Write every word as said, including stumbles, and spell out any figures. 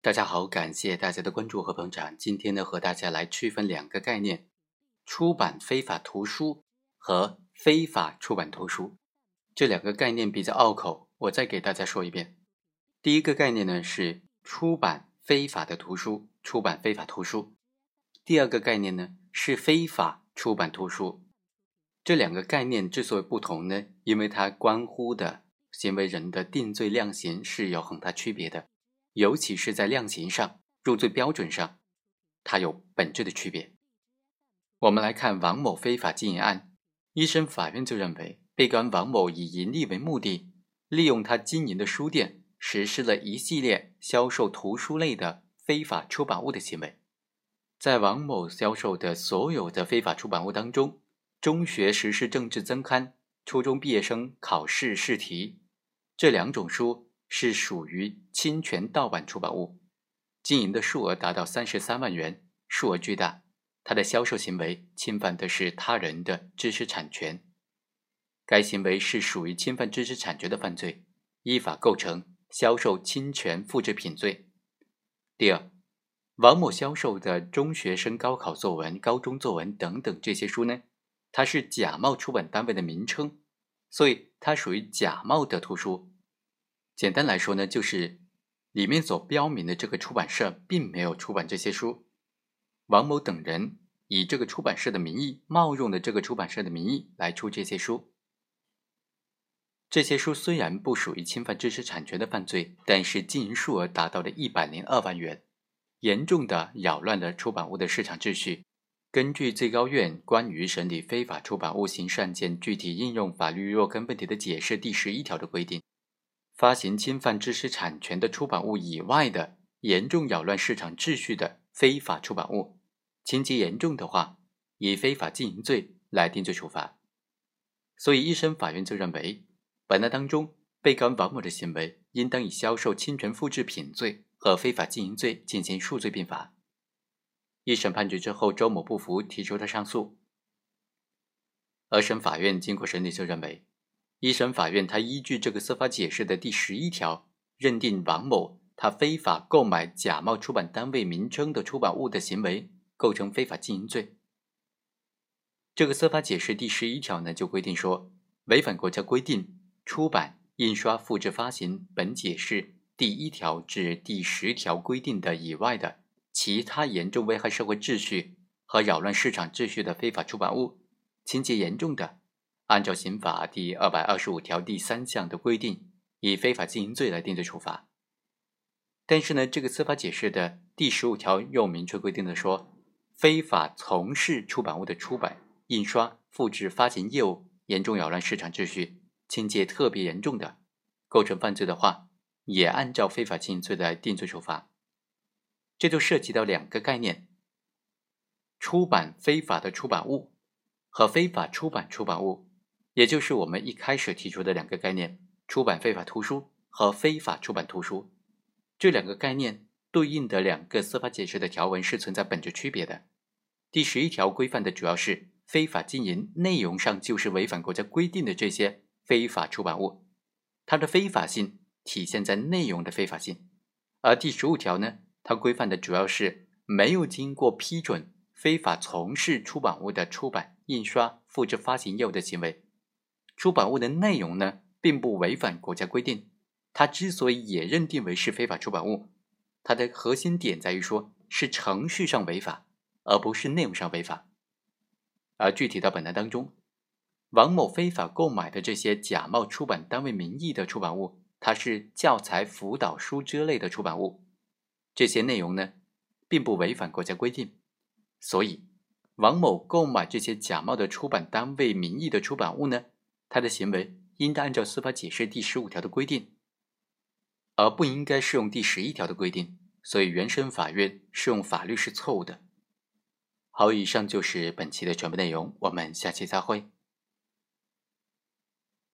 大家好，感谢大家的关注和捧场。今天呢，和大家来区分两个概念：出版非法图书和非法出版图书。这两个概念比较拗口，我再给大家说一遍。第一个概念呢是出版非法的图书，出版非法图书。第二个概念呢是非法出版图书。这两个概念之所以不同呢，因为它关乎的行为人的定罪量刑是有很大区别的。尤其是在量刑上、入罪标准上，它有本质的区别。我们来看王某非法经营案，一审法院就认为，被告人王某以盈利为目的，利用他经营的书店，实施了一系列销售图书类的非法出版物的行为。在王某销售的所有的非法出版物当中，中学时事政治增刊、初中毕业生考试试题这两种书是属于侵权盗版出版物，经营的数额达到三十三万元，数额巨大。它的销售行为侵犯的是他人的知识产权，该行为是属于侵犯知识产权的犯罪，依法构成销售侵权复制品罪。第二，王某销售的中学生高考作文、高中作文等等这些书呢，它是假冒出版单位的名称，所以它属于假冒的图书。简单来说呢，就是里面所标明的这个出版社并没有出版这些书，王某等人以这个出版社的名义，冒用了这个出版社的名义来出这些书。这些书虽然不属于侵犯知识产权的犯罪，但是经营数额达到了一百零二万元，严重的扰乱了出版物的市场秩序。根据最高院关于审理非法出版物刑事案件具体应用法律若干问题的解释第十一条的规定，发行侵犯知识产权的出版物以外的严重扰乱市场秩序的非法出版物，情节严重的话，以非法经营罪来定罪处罚。所以一审法院就认为，本案当中被告人王某的行为应当以销售侵权复制品罪和非法经营罪进行数罪并罚。一审判决之后，周某不服，提出了上诉。二审法院经过审理就认为，一审法院他依据这个司法解释的第十一条，认定王某他非法购买假冒出版单位名称的出版物的行为构成非法经营罪。这个司法解释第十一条呢，就规定说，违反国家规定出版、印刷、复制、发行本解释第一条至第十条规定的以外的其他严重危害社会秩序和扰乱市场秩序的非法出版物，情节严重的，按照刑法第二百二十五条第三项的规定，以非法经营罪来定罪处罚。但是呢，这个司法解释的第十五条又明确规定的说，非法从事出版物的出版、印刷、复制、发行业务严重扰乱市场秩序，情节特别严重的，构成犯罪的话，也按照非法经营罪来定罪处罚。这就涉及到两个概念，出版非法的出版物和非法出版出版物，也就是我们一开始提出的两个概念，出版非法图书和非法出版图书。这两个概念对应的两个司法解释的条文是存在本质区别的。第十一条规范的主要是非法经营，内容上就是违反国家规定的这些非法出版物，它的非法性体现在内容的非法性。而第十五条呢，它规范的主要是没有经过批准非法从事出版物的出版、印刷、复制、发行业务的行为。出版物的内容呢，并不违反国家规定，它之所以也认定为是非法出版物，它的核心点在于说是程序上违法，而不是内容上违法。而具体到本案当中，王某非法购买的这些假冒出版单位名义的出版物，它是教材、辅导书之类的出版物，这些内容呢，并不违反国家规定，所以王某购买这些假冒的出版单位名义的出版物呢，他的行为应当按照司法解释第十五条的规定，而不应该适用第十一条的规定，所以原审法院适用法律是错误的。好，以上就是本期的全部内容，我们下期再会。